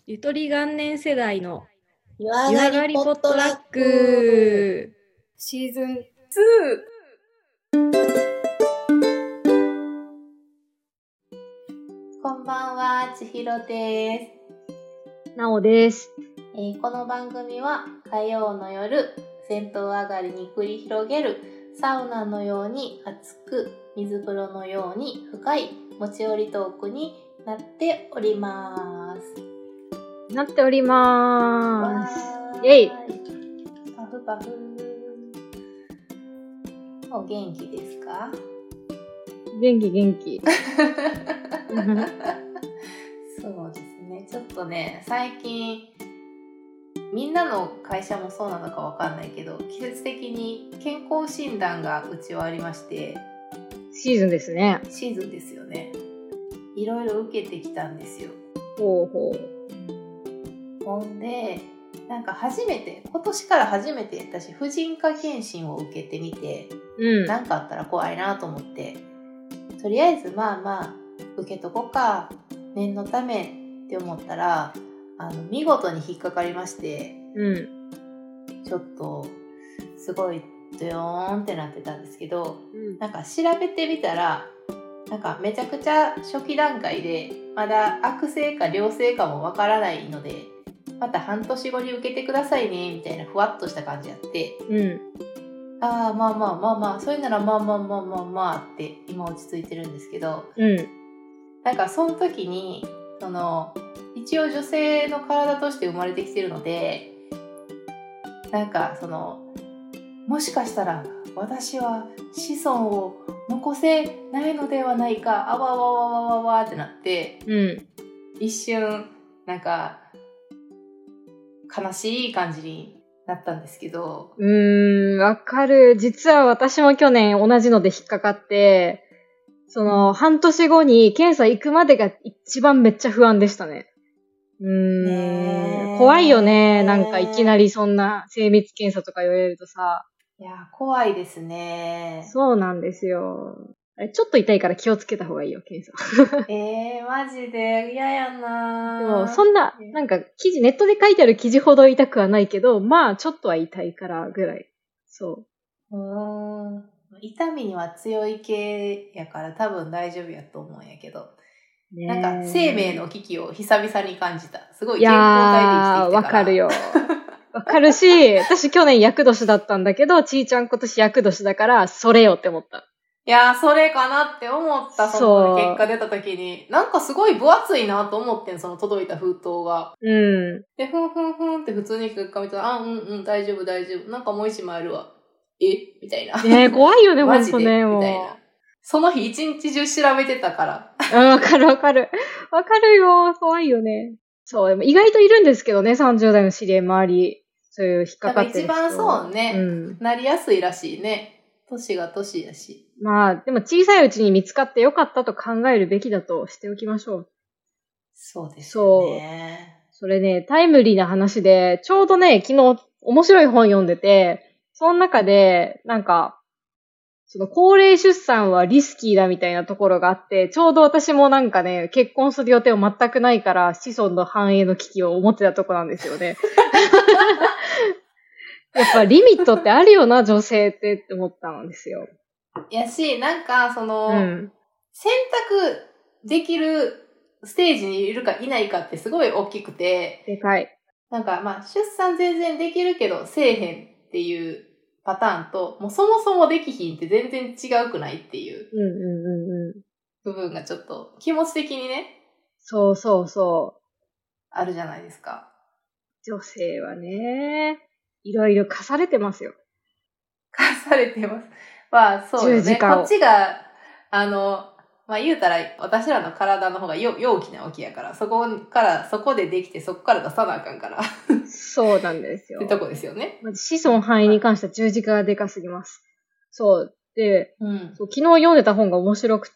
ゆとり元年世代の湯湯上がりポットラックシーズン2。こんばんは、ちひろです。 なおです。 この番組は火曜の夜、銭湯上がりに繰り広げるサウナのように熱く、水風呂のように深い持ち寄りトークになっております。イェイ。パフパフ。お元気ですか？ 元気。 そうですね。ちょっとね、最近みんなの会社もそうなのかわかんないけど、季節的に健康診断がうちはありまして、 シーズンですね。 シーズンですよね。いろいろ受けてきたんですよ。 ほう。 ほんで、なんか今年から初めて私婦人科検診を受けてみて、なんかあったら怖いなと思って、とりあえずまあ受けとこうか、念のためって思ったら、見事に引っかかりまして、ちょっとすごいドヨーンってなってたんですけど、なんか調べてみたら、なんかめちゃくちゃ初期段階でまだ悪性か良性かもわからないので、また半年後に受けてくださいねみたいなふわっとした感じやって、まあそれならまあって今落ち着いてるんですけど、なんかその時に一応女性の体として生まれてきてるので、なんかもしかしたら私は子孫を残せないのではないか、あわわわわわわってなって、一瞬なんか悲しい感じになったんですけど。 わかる。実は私も去年同じので引っかかって、半年後に検査行くまでが一番めっちゃ不安でしたね。怖いよね。なんかいきなりそんな精密検査とか言われるとさ。 いや、怖いですね。 そうなんですよ。ちょっと痛いから気をつけた方がいいよ、検査。 マジで嫌やな。 でも、そんな、なんかネットで書いてある記事ほど痛くはないけど、まあ、ちょっとは痛いからぐらい。そう。 痛みには強い系やから多分大丈夫やと思うんやけど。なんか生命の危機を久々に感じた。すごい健康体で生きてきてから。 わかるよ。わかるし、私去年厄年だったんだけど、ちーちゃん今年厄年だから、それよって思った。 いやー、それかなって思った、結果出た時に。なんかすごい分厚いなと思ってん、届いた封筒が。で、ふんって普通に結果見たら、大丈夫。なんかもう一枚あるわ。みたいな。 怖いよね、ほんとね、 みたいな。その日一日中調べてたから。 わかる。わかるよ。怖いよね。そう、でも意外といるんですけどね、30代の知り合い周り。そういう引っかかってる人。 一番そうね、なりやすいらしいね。年が年やし。 まあ、でも小さいうちに見つかってよかったと考えるべきだとしておきましょう。 そうですよね。 それね、タイムリーな話で、ちょうどね、昨日面白い本読んでて、その中で、なんか、高齢出産はリスキーだみたいなところがあって、ちょうど私もなんかね、結婚する予定は全くないから、子孫の繁栄の危機を思ってたとこなんですよね。やっぱリミットってあるよな、女性って思ったんですよ。 やし、なんか、選択できるステージにいるかいないかってすごい大きくて。 でかい。 なんか、まあ、出産全然できるけど、せえへんっていうパターンと、もうそもそもできひんって全然違うくないっていう部分がちょっと気持ち的にね。 そう。 あるじゃないですか。 女性はね、いろいろ課されてますよ。 課されてます。まあ、そうよね。こっちが、まあ言うたら、私らの体の方が陽気なわけやから、そこでできて、そこから出さなあかんから。 そうなんですよ。 ってとこですよね。 子孫繁栄に関しては十字架がでかすぎます。そう。で、昨日読んでた本が面白くって、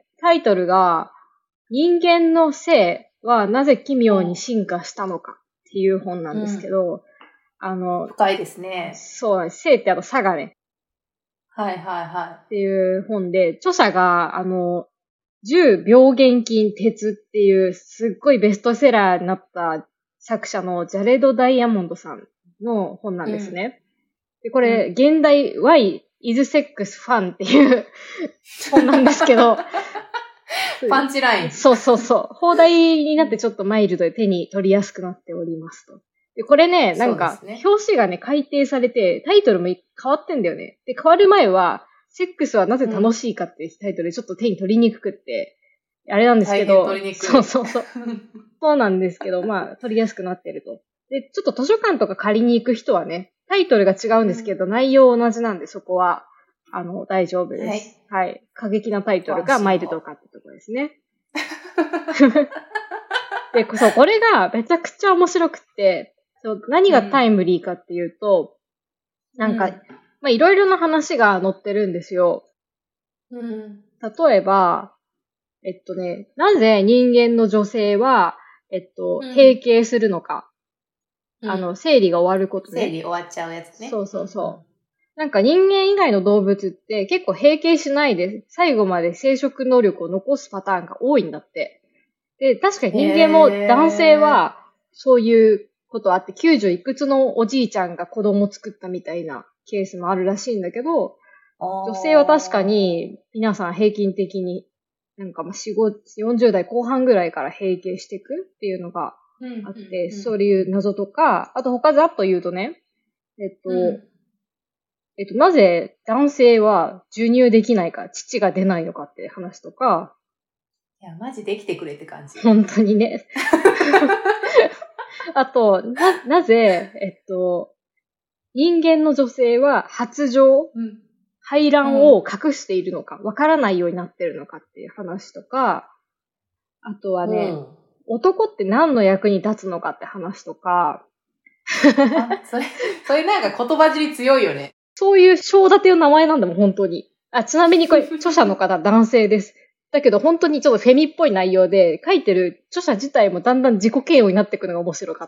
タイトルが、人間の性はなぜ奇妙に進化したのかっていう本なんですけど、 深いですね。 そうなんです。性って差がね。 はい。 っていう本で、著者が、 10病原菌鉄っていうすっごいベストセラーになった作者のジャレド・ダイヤモンドさんの本なんですね。で、これ、現代 Why is Sex Fun っていう本なんですけど、 パンチライン。 そうそうそう。放題になってちょっとマイルドで手に取りやすくなっておりますと。で、これね、なんか、表紙がね、改訂されて、タイトルも変わってんだよね。で、変わる前は、セックスはなぜ楽しいかっていうタイトルでちょっと手に取りにくくって、あれなんですけど、 取りにくい。 そうそうそう。そうなんですけど、まあ、取りやすくなってると。で、ちょっと図書館とか借りに行く人はね、タイトルが違うんですけど、内容同じなんで、そこは、大丈夫です。はい。過激なタイトルがマイルドかってところですね。で、そう、これがめちゃくちゃ面白くって、何がタイムリーかっていうと、なんか、まあ、いろいろな話が載ってるんですよ。例えば、なぜ人間の女性は、閉経するのか。生理が終わることね。 生理終わっちゃうやつね。 そうそうそう。なんか人間以外の動物って結構閉経しないで最後まで生殖能力を残すパターンが多いんだって。で、確かに人間も男性はそういうことあって90いくつのおじいちゃんが子供を作ったみたいなケースもあるらしいんだけど、女性は確かに皆さん平均的になんか40代後半ぐらいから閉経していくっていうのがあって、そういう謎とか、あと他ざっと言うとね、なぜ男性は授乳できないか、乳が出ないのかって話とか。 いや、マジできてくれって感じ。 本当にね。あと、なぜ、人間の女性は発情、排卵を隠しているのか、わからないようになってるのかっていう話とか、あとはね、男って何の役に立つのかって話とか。 それなんか言葉尻強いよね。 そういう章立ての名前なんだもん、本当に。ちなみにこれ、著者の方男性です。だけど本当にちょっとフェミっぽい内容で、書いてる著者自体もだんだん自己嫌悪になってくるのが面白かった。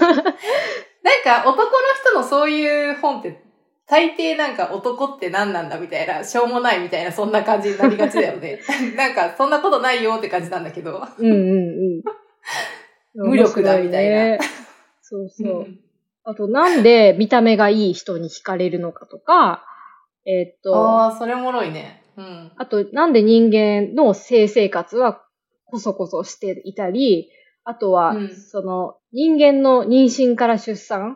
なんか男の人のそういう本って、大抵なんか男って何なんだみたいな、しょうもないみたいな、そんな感じになりがちだよね。なんかそんなことないよって感じなんだけど。無力だみたいな。 そうそう。あと、なんで見た目がいい人に惹かれるのかとか、 それおもろいね。 あと、なんで人間の性生活はコソコソしていたり、あとは、人間の妊娠から出産、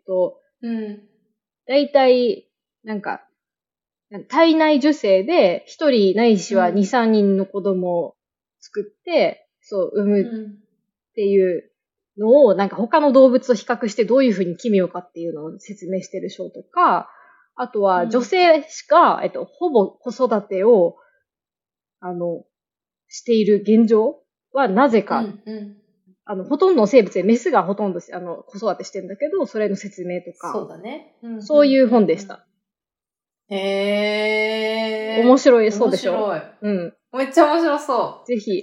だいたい、なんか、体内受精で一人ないしは2、3人の子供を作って、産むっていうのを、なんか他の動物と比較してどういうふうに奇妙かっていうのを説明してる章とか、あとは女性しか、ほぼ子育てを、している現状はなぜか、ほとんどの生物でメスがほとんど子育てしてるんだけど、それの説明とか。 そうだね。 そういう本でした。 へ面白いそうでしょ。 面白い。めっちゃ面白そう。 ぜひ。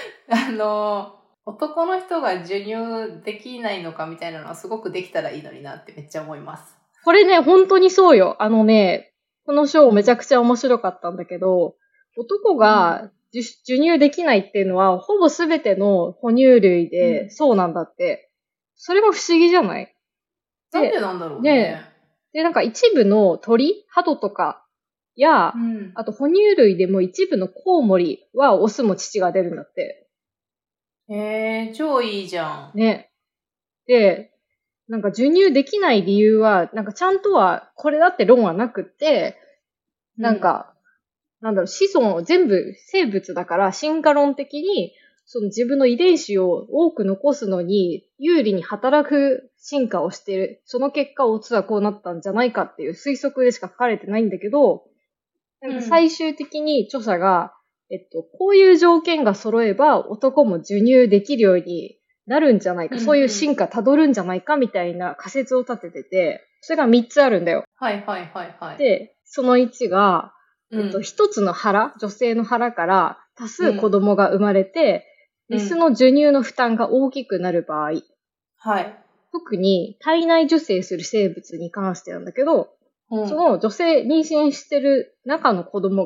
男の人が授乳できないのかみたいなのはすごくできたらいいのになってめっちゃ思います。 これね、本当にそうよ。この章めちゃくちゃ面白かったんだけど、男が授乳できないっていうのは、ほぼすべての哺乳類でそうなんだって。それも不思議じゃない？ なんでなんだろうね。 で、なんか一部の鳥、鳩とかや、あと哺乳類でも一部のコウモリはオスも乳が出るんだって。 超いいじゃん。 ね。で、なんか授乳できない理由は、なんかちゃんとはこれだって論はなくって、なんか、子孫を全部生物だから進化論的に、自分の遺伝子を多く残すのに有利に働く進化をしている。その結果、オスはこうなったんじゃないかっていう推測でしか書かれてないんだけど、なんか最終的に著者が、こういう条件が揃えば男も授乳できるようになるんじゃないか、そういう進化辿るんじゃないかみたいな仮説を立ててて、それが3つあるんだよ。 はいはいはいはい。 で、その1が、1つの腹、女性の腹から多数子供が生まれて、メスの授乳の負担が大きくなる場合。 はい。 特に体内受精する生物に関してなんだけど、その女性妊娠してる中の子供が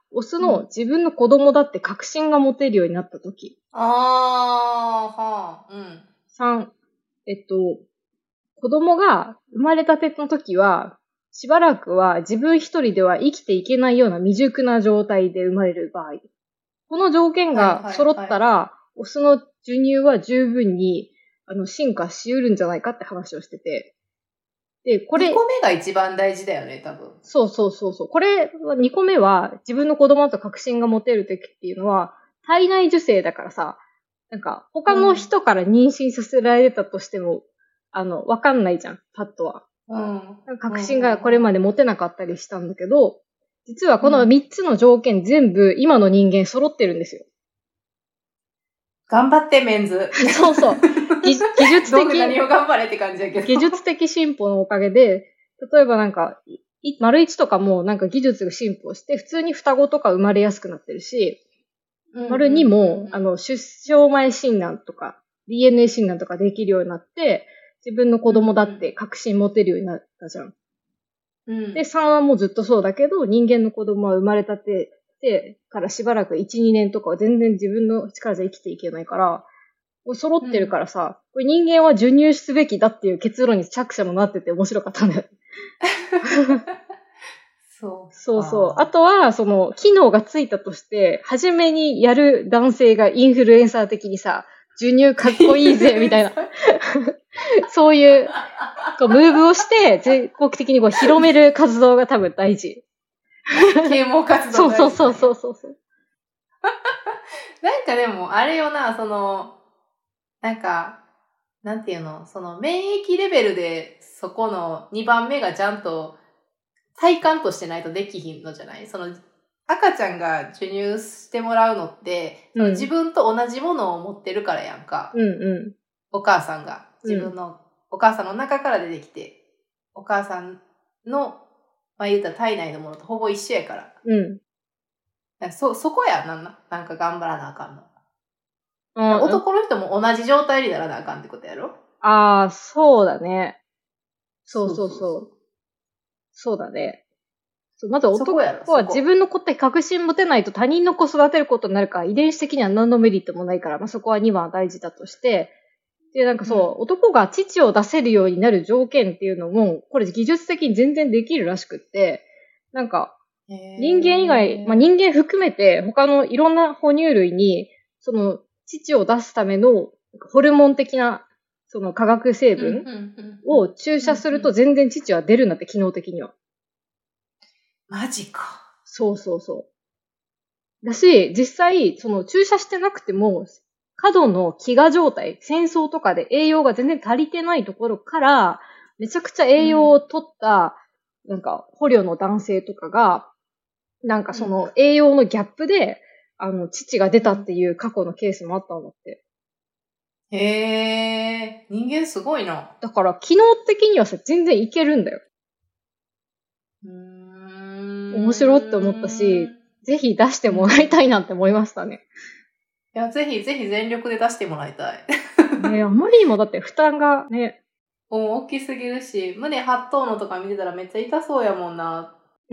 オスの自分の子供だって確信が持てるようになった時。 はあ、うん。 3、子供が生まれたての時は、しばらくは自分一人では生きていけないような未熟な状態で生まれる場合。この条件が揃ったら、オスの授乳は十分に進化し得るんじゃないかって話をしてて。 で、これ。2個目が一番大事だよね、多分。 そう。これは、2個目は自分の子供だと確信が持てる時っていうのは、体内受精だからさ、なんか他の人から妊娠させられたとしても、わかんないじゃん、パッとは。確信がこれまで持てなかったりしたんだけど、実はこの3つの条件全部今の人間揃ってるんですよ。 頑張ってメンズ。 そう。技術的。 何を頑張れって感じだけど。 技術的進歩のおかげで、例えばなんか、丸1とかもなんか技術が進歩して、普通に双子とか生まれやすくなってるし、丸2も、出生前診断とか、DNA 診断とかできるようになって、自分の子供だって確信持てるようになったじゃん。で、3はもうずっとそうだけど、人間の子供は生まれたてからしばらく1、2年とかは全然自分の力じゃ生きていけないから、揃ってるからさ、これ人間は授乳すべきだっていう結論に着者もなってて面白かったんだよ。そう。あとは、機能がついたとして、初めにやる男性がインフルエンサー的にさ、授乳かっこいいぜ、みたいな。そういう、ムーブをして、全国的に広める活動が多分大事。 啓蒙活動大事、ね。そう。 なんかでも、あれよな、なんか、なんていうの、免疫レベルで、そこの2番目がちゃんと体感としてないとできひんのじゃない？赤ちゃんが授乳してもらうのって、自分と同じものを持ってるからやんか。お母さんが、自分の、お母さんの中から出てきて、お母さんの、言うたら体内のものとほぼ一緒やから。そこやなんか頑張らなあかんの。男の人も同じ状態にならなあかんってことやろ？ ああ、そうだね。そう。そうだね。まず男は自分の子って確信持てないと他人の子育てることになるから、遺伝子的には何のメリットもないから、そこは2番大事だとして、で、なんか男が乳を出せるようになる条件っていうのも、これ技術的に全然できるらしくって、なんか、人間以外、人間含めて他のいろんな哺乳類に、乳を出すためのホルモン的な、化学成分を注射すると全然乳は出るんだって、機能的には。 マジか。 そう。だし、実際、注射してなくても、過度の飢餓状態、戦争とかで栄養が全然足りてないところから、めちゃくちゃ栄養を取った、なんか、捕虜の男性とかが、なんか栄養のギャップで、乳が出たっていう過去のケースもあったんだって。 へー、人間すごいな。 だから、機能的にはさ、全然いけるんだよ。面白って思ったし、ぜひ出してもらいたいなって思いましたね。 いや、ぜひ全力で出してもらいたい。 ね、あまりにもだって負担がね。 大きすぎるし、胸8頭のとか見てたらめっちゃ痛そうやもんな。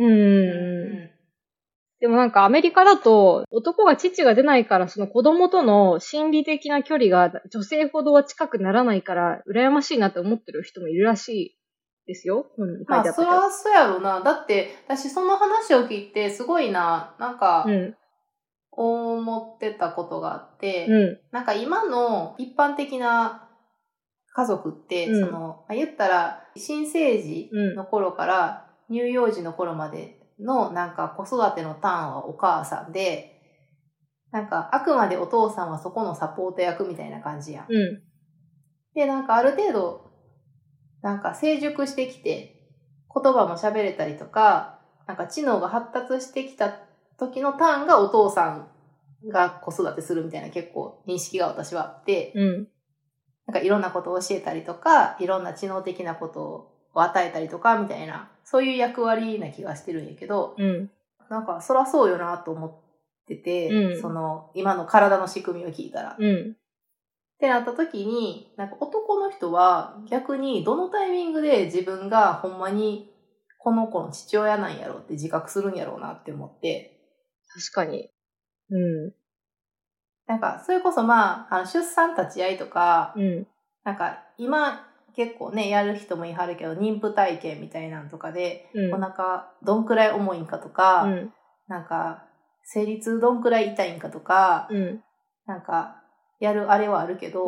でもなんかアメリカだと男が乳が出ないから子供との心理的な距離が女性ほどは近くならないから羨ましいなって思ってる人もいるらしいですよ。 そりゃそうやろな。だって私その話を聞いてすごいなんか、思ってたことがあって、なんか今の一般的な家族って、言ったら新生児の頃から乳幼児の頃までのなんか子育てのターンはお母さんで、なんかあくまでお父さんはそこのサポート役みたいな感じやん。で、なんかある程度、なんか成熟してきて言葉も喋れたりとか、なんか知能が発達してきた時のターンがお父さんが子育てするみたいな結構認識が私はあって、なんかいろんなことを教えたりとか、いろんな知能的なことを与えたりとかみたいな、そういう役割な気がしてるんやけど、なんかそらそうよなと思ってて、今の体の仕組みを聞いたら。ってなった時に、なんか男の人は逆にどのタイミングで自分がほんまにこの子の父親なんやろうって自覚するんやろうなって思って。 確かに。うん。 なんか、それこそ出産立ち会いとか、 うん。 なんか、今、結構ね、やる人もいはるけど、妊婦体験みたいなんとかで、お腹どんくらい重いんかとか、なんか、生理痛どんくらい痛いんかとか、なんか、やるあれはあるけど、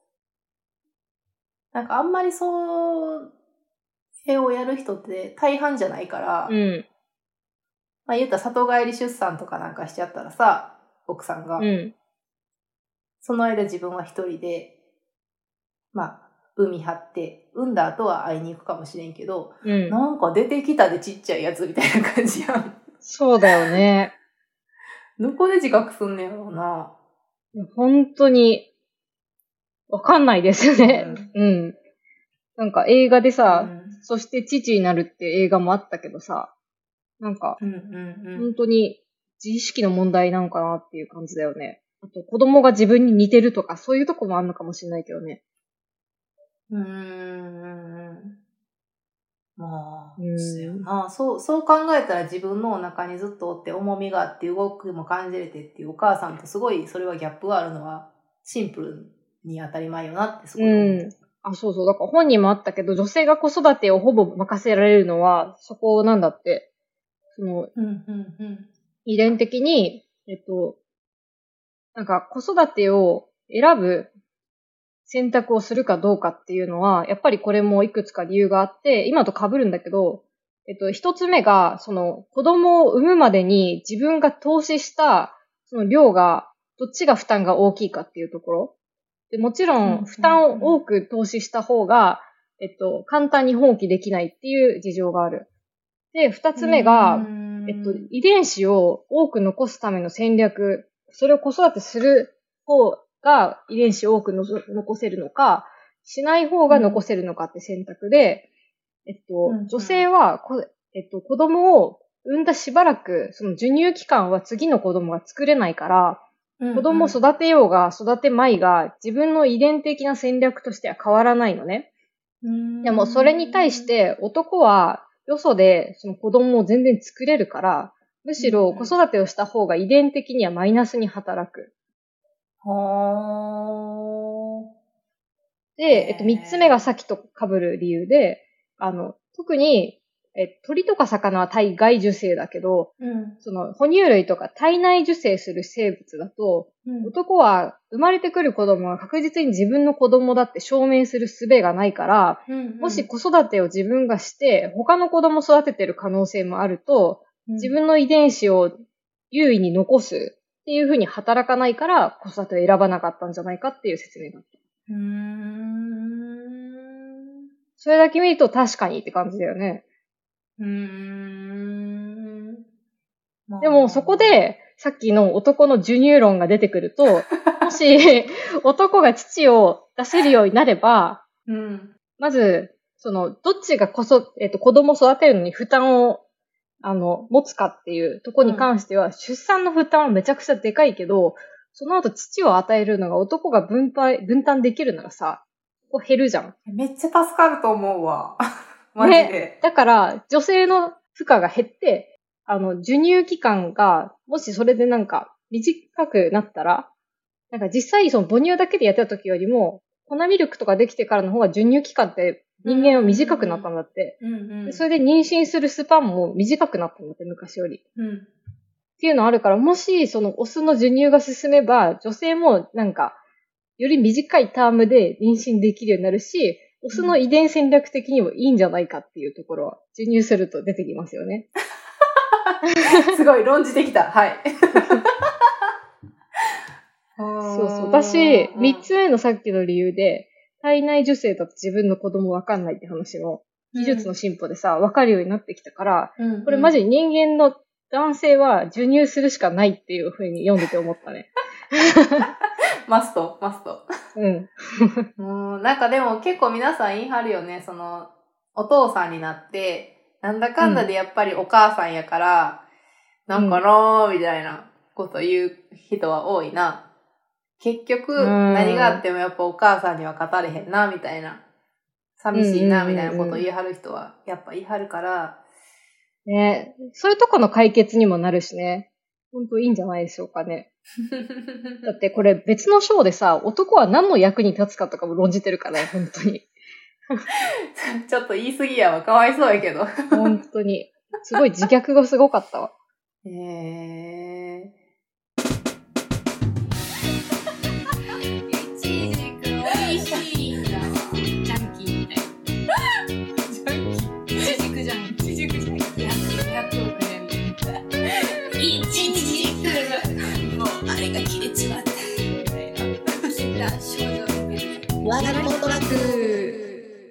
なんかあんまりそう絵をやる人って大半じゃないから、言ったら里帰り出産とかなんかしちゃったらさ、奥さんが、その間自分は一人で、産み張って、産んだ後は会いに行くかもしれんけど、なんか出てきたでちっちゃいやつみたいな感じやん。 そうだよね。 どこで自覚すんねやろうな。 本当に、わかんないですよね。なんか映画でさ、そして父になるって映画もあったけどさ、なんか、本当に自意識の問題なのかなっていう感じだよね。あと子供が自分に似てるとか、そういうとこもあるのかもしれないけどね。 そうやな。そう考えたら自分のお腹にずっとおって重みがあって動くも感じれてっていうお母さんとすごいそれはギャップがあるのはシンプルに当たり前よなってすごい思う。 あ、そうそう。だから本人もあったけど、女性が子育てをほぼ任せられるのは、そこなんだって。遺伝的に、なんか子育てを選ぶ選択をするかどうかっていうのは、やっぱりこれもいくつか理由があって、今と被るんだけど、一つ目が、その子供を産むまでに自分が投資したその量が、どっちが負担が大きいかっていうところ。でもちろん、負担を多く投資した方が、簡単に放棄できないっていう事情がある。で、二つ目が、遺伝子を多く残すための戦略、それを子育てする方が遺伝子を多く残せるのか、しない方が残せるのかって選択で、女性は子供を産んだしばらく、その授乳期間は次の子供が作れないから、子供を育てようが育てまいが自分の遺伝的な戦略としては変わらないのね。でもそれに対して男はよそでその子供を全然作れるから、むしろ子育てをした方が遺伝的にはマイナスに働く。で、三つ目がさっきと被る理由で、特に、鳥とか魚は体外受精だけど、その哺乳類とか体内受精する生物だと、男は生まれてくる子供は確実に自分の子供だって証明する術がないから、もし子育てを自分がして他の子供を育ててる可能性もあると、自分の遺伝子を優位に残すっていう風に働かないから子育てを選ばなかったんじゃないかっていう説明だった。それだけ見ると確かにって感じだよね。でもそこでさっきの男の授乳論が出てくると、もし男が父を出せるようになれば、まず、どっちが子供を育てるのに負担を持つかっていうところに関しては、出産の負担はめちゃくちゃでかいけど、その後父を与えるのが男が分担できるならさ、こう減るじゃん。 めっちゃ助かると思うわ。マジで。 ね、だから、女性の負荷が減って、授乳期間が、もしそれでなんか短くなったら、なんか実際その母乳だけでやってた時よりも、粉ミルクとかできてからの方が授乳期間って人間は短くなったんだって。でそれで妊娠するスパンも短くなったんだって、昔より。っていうのあるから、もしそのオスの授乳が進めば、女性もなんか、より短いタームで妊娠できるようになるし、オスの遺伝戦略的にもいいんじゃないかっていうところは、授乳すると出てきますよね。 すごい論じてきた。はい。 そうそう。だし、三つ目のさっきの理由で、体内受精だと自分の子供わかんないって話も、技術の進歩でさ、わかるようになってきたから、これマジ人間の男性は授乳するしかないっていう風に読んでて思ったね。 マスト。なんかでも結構皆さん言い張るよね。お父さんになって、なんだかんだでやっぱりお母さんやから、なんかなーみたいなこと言う人は多いな。結局、何があってもやっぱお母さんには語れへんな、みたいな。寂しいな、みたいなことを言い張る人は、やっぱ言い張るから。 ね、そういうとこの解決にもなるしね。 本当いいんじゃないでしょうかね。だってこれ別の章でさ、男は何の役に立つかとかも論じてるからね、本当に。 ちょっと言い過ぎやわ。かわいそうやけど。 本当に。すごい自虐がすごかったわ。 へえ。 イチジク美味しいんだわ。ジャンキーみたいな。ジャンキー。イチジクジャンキー。イチジクジャンキー。200億円で。イチジク。もうあれが切れちまった。みたいな。切った少女のペン。ワナポトラック。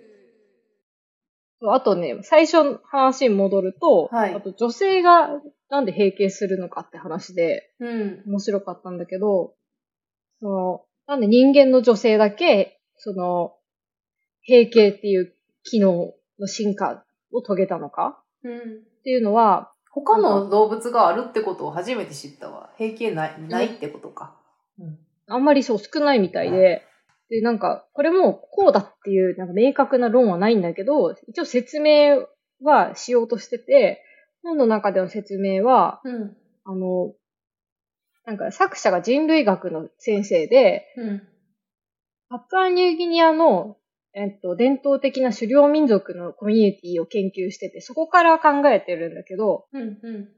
あとね、最初の話に戻ると、 はいあと女性がなんで閉経するのかって話でうん。 面白かったんだけど、なんで人間の女性だけ、閉経っていう機能の進化を遂げたのかうん。 っていうのは、 他の動物があるってことを初めて知ったわ。閉経ないってことか。うん。 あんまりそう少ないみたいで、で、なんか、これもこうだっていう、なんか明確な論はないんだけど、一応説明はしようとしてて、本の中での説明は、 うん。 なんか作者が人類学の先生で、 うん。 パプアニューギニアの、伝統的な狩猟民族のコミュニティを研究してて、そこから考えてるんだけど、 うん。うん。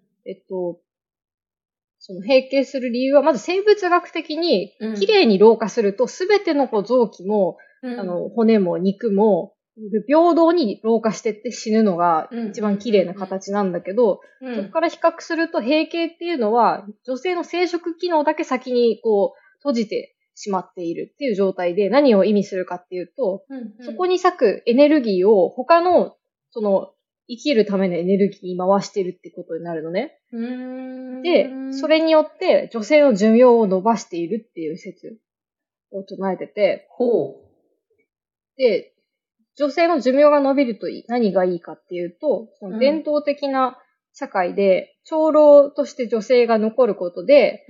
その閉経する理由は、まず生物学的にうん、 綺麗に老化すると、すべての臓器も、 うん、 骨も肉も、平等に老化してって死ぬのが一番綺麗な形なんだけど、 うん、 そこから比較すると閉経っていうのは、女性の生殖機能だけ先にこう、閉じてしまっているっていう状態で、何を意味するかっていうと、そこに割くエネルギーを他の、生きるためのエネルギーに回してるってことになるのね。で、それによって女性の寿命を伸ばしているっていう説を唱えてて、 ほう。 で、女性の寿命が伸びると何がいいかっていうと、その伝統的な社会で長老として女性が残ることで、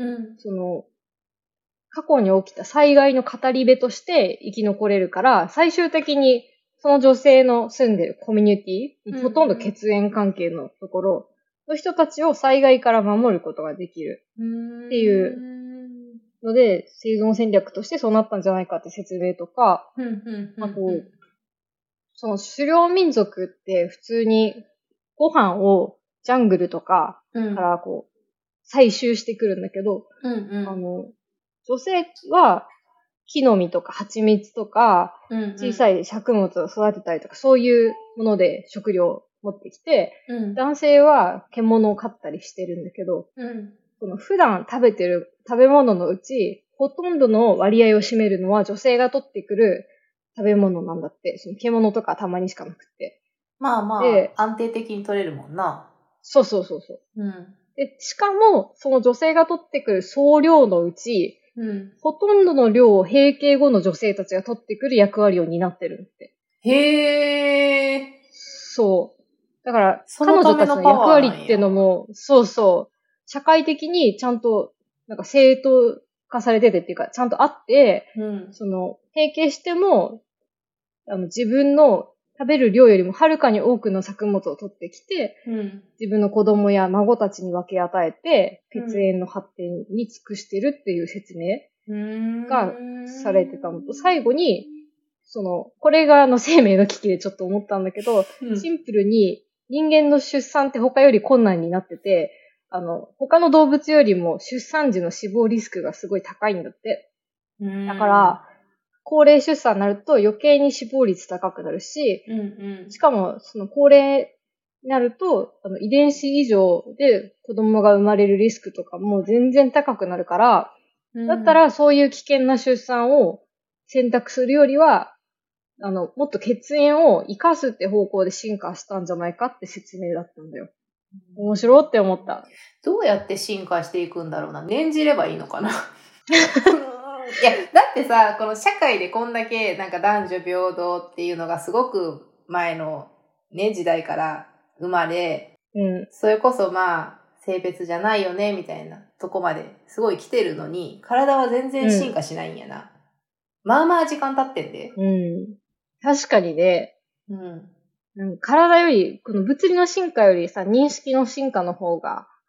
過去に起きた災害の語り部として生き残れるから、最終的にその女性の住んでるコミュニティ、ほとんど血縁関係のところの人たちを災害から守ることができるっていうので、生存戦略としてそうなったんじゃないかって説明とか、あと、その狩猟民族って普通にご飯をジャングルとかからこう、採集してくるんだけど、女性は木の実とか蜂蜜とか、小さい作物を育てたりとか、そういうもので食料を持ってきて、男性は獣を飼ったりしてるんだけど、この普段食べてる食べ物のうち、ほとんどの割合を占めるのは女性が取ってくる食べ物なんだって。その獣とかたまにしかなくて。 まあまあ、安定的に取れるもんな。 そう。で、しかも、その女性が取ってくる総量のうち、ほとんどの量を閉経後の女性たちが取ってくる役割を担ってるんって。 へー。 そう。だから、彼女たちの役割ってのも、社会的にちゃんと、なんか正当化されててっていうか、ちゃんとあって、閉経しても、自分の食べる量よりもはるかに多くの作物を取ってきて、自分の子供や孫たちに分け与えて、血縁の発展に尽くしてるっていう説明がされてたのと、最後に、これが生命の危機でちょっと思ったんだけど、シンプルに人間の出産って他より困難になってて、他の動物よりも出産時の死亡リスクがすごい高いんだって。だから、高齢出産になると余計に死亡率高くなるし、しかも高齢になると遺伝子異常で子供が生まれるリスクとかも全然高くなるから、だったらそういう危険な出産を選択するよりは、もっと血縁を生かすって方向で進化したんじゃないかって説明だったんだよ。面白って思った。 どうやって進化していくんだろうな。念じればいいのかな。いや、だってさ、この社会でこんだけなんか男女平等っていうのがすごく前のね、時代から生まれ、それこそまあ、性別じゃないよね、みたいなとこまですごい来てるのに、体は全然進化しないんやな。まあまあ時間経ってんで。 確かにね。体より、この物理の進化よりさ、認識の進化の方が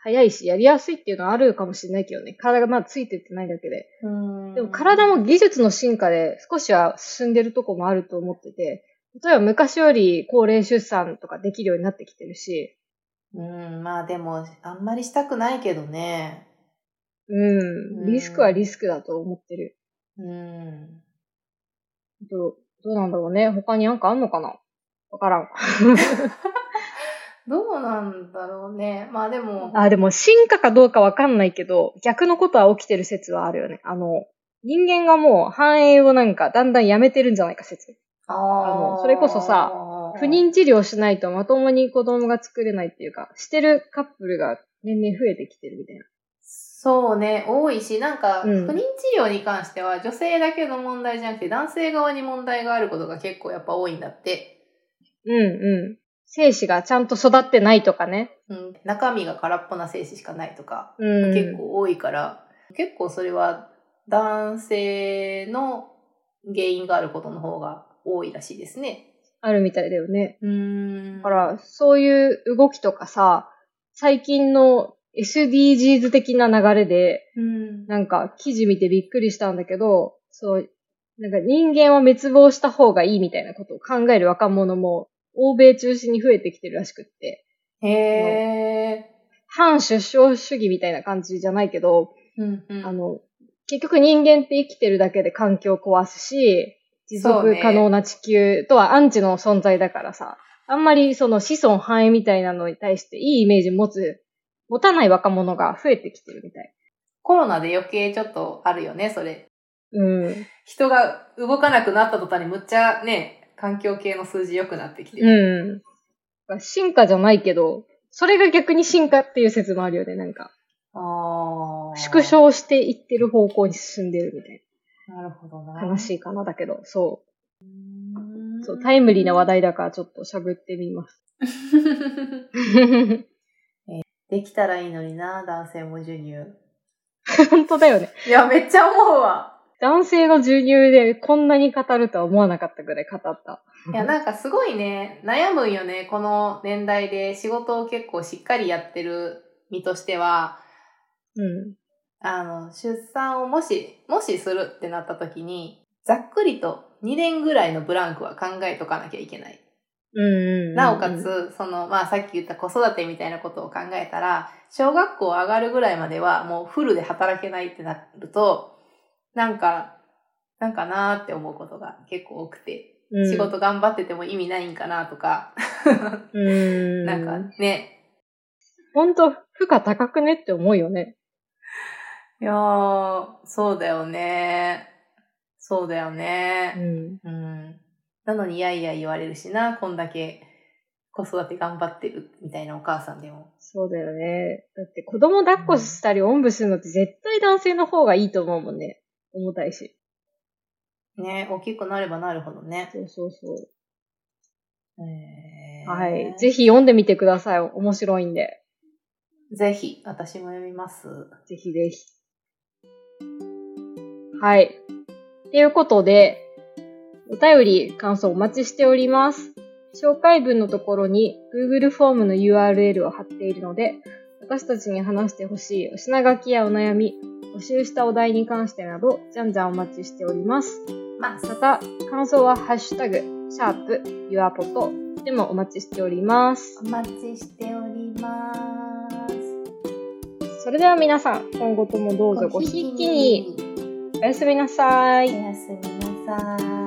早いし、やりやすいっていうのはあるかもしれないけどね。体がまだついてってないだけで。でも体も技術の進化で少しは進んでるとこもあると思ってて、例えば昔より高齢出産とかできるようになってきてるし。 まあでも、あんまりしたくないけどね。 リスクはリスクだと思ってる。どうなんだろうね。他になんかあんのかな？わからん。 どうなんだろうね。まあでも。 でも進化かどうかわかんないけど、逆のことは起きてる説はあるよね。人間がもう繁栄をなんかだんだんやめてるんじゃないか説。それこそさ、不妊治療しないとまともに子供が作れないっていうか、してるカップルが年々増えてきてるみたいな。 そうね、多いし、なんか、不妊治療に関しては女性だけの問題じゃなくて、男性側に問題があることが結構やっぱ多いんだって。 精子がちゃんと育ってないとかね。 中身が空っぽな精子しかないとか、結構多いから、結構それは男性の原因があることの方が多いらしいですね。 あるみたいだよね。だから、そういう動きとかさ、最近のSDGs 的な流れで、なんか記事見てびっくりしたんだけど、そう、なんか人間は滅亡した方がいいみたいなことを考える若者も欧米中心に増えてきてるらしくって。反出生主義みたいな感じじゃないけど、結局人間って生きてるだけで環境を壊すし、持続可能な地球とはアンチの存在だからさ、あんまりその子孫繁栄みたいなのに対していいイメージ持たない若者が増えてきてるみたい。 コロナで余計ちょっとあるよね、それ。人が動かなくなった途端にむっちゃね、環境系の数字良くなってきてる。 進化じゃないけど、それが逆に進化っていう説もあるよね、なんか。縮小していってる方向に進んでるみたいな。なるほどな。 悲しいかな、だけど、そう、タイムリーな話題だからちょっと喋ってみます。 できたらいいのにな、男性も授乳。 本当だよね。 いや、めっちゃ思うわ。 男性の授乳でこんなに語るとは思わなかったぐらい語った。 いや、なんかすごいね、悩むんよね、この年代で仕事を結構しっかりやってる身としては、出産をもしするってなった時に、ざっくりと2年ぐらいのブランクは考えとかなきゃいけない。なおかつ、さっき言った子育てみたいなことを考えたら、小学校上がるぐらいまではもうフルで働けないってなると、なんかなーって思うことが結構多くて、仕事頑張ってても意味ないんかなとか、なんかね。 ほんと、負荷高くねって思うよね。 いやー、そうだよね。なのにいやいや言われるしな、こんだけ子育て頑張ってるみたいなお母さんでも。 そうだよね。だって子供抱っこしたりおんぶするのって絶対男性の方がいいと思うもんね。重たいし。 ね、大きくなればなるほどね。 そう。はい。ぜひ読んでみてください。面白いんで。 ぜひ、私も読みます。 ぜひ。はい。ということで、お便り、感想お待ちしております。紹介文のところに Google フォームの URL を貼っているので、私たちに話してほしいお品書きやお悩み、募集したお題に関してなど、じゃんじゃんお待ちしております。また、感想はハッシュタグ、#YourPod でもお待ちしております。 お待ちしております。 それでは皆さん、今後ともどうぞごひいきに。おやすみなさい。 おやすみなさい。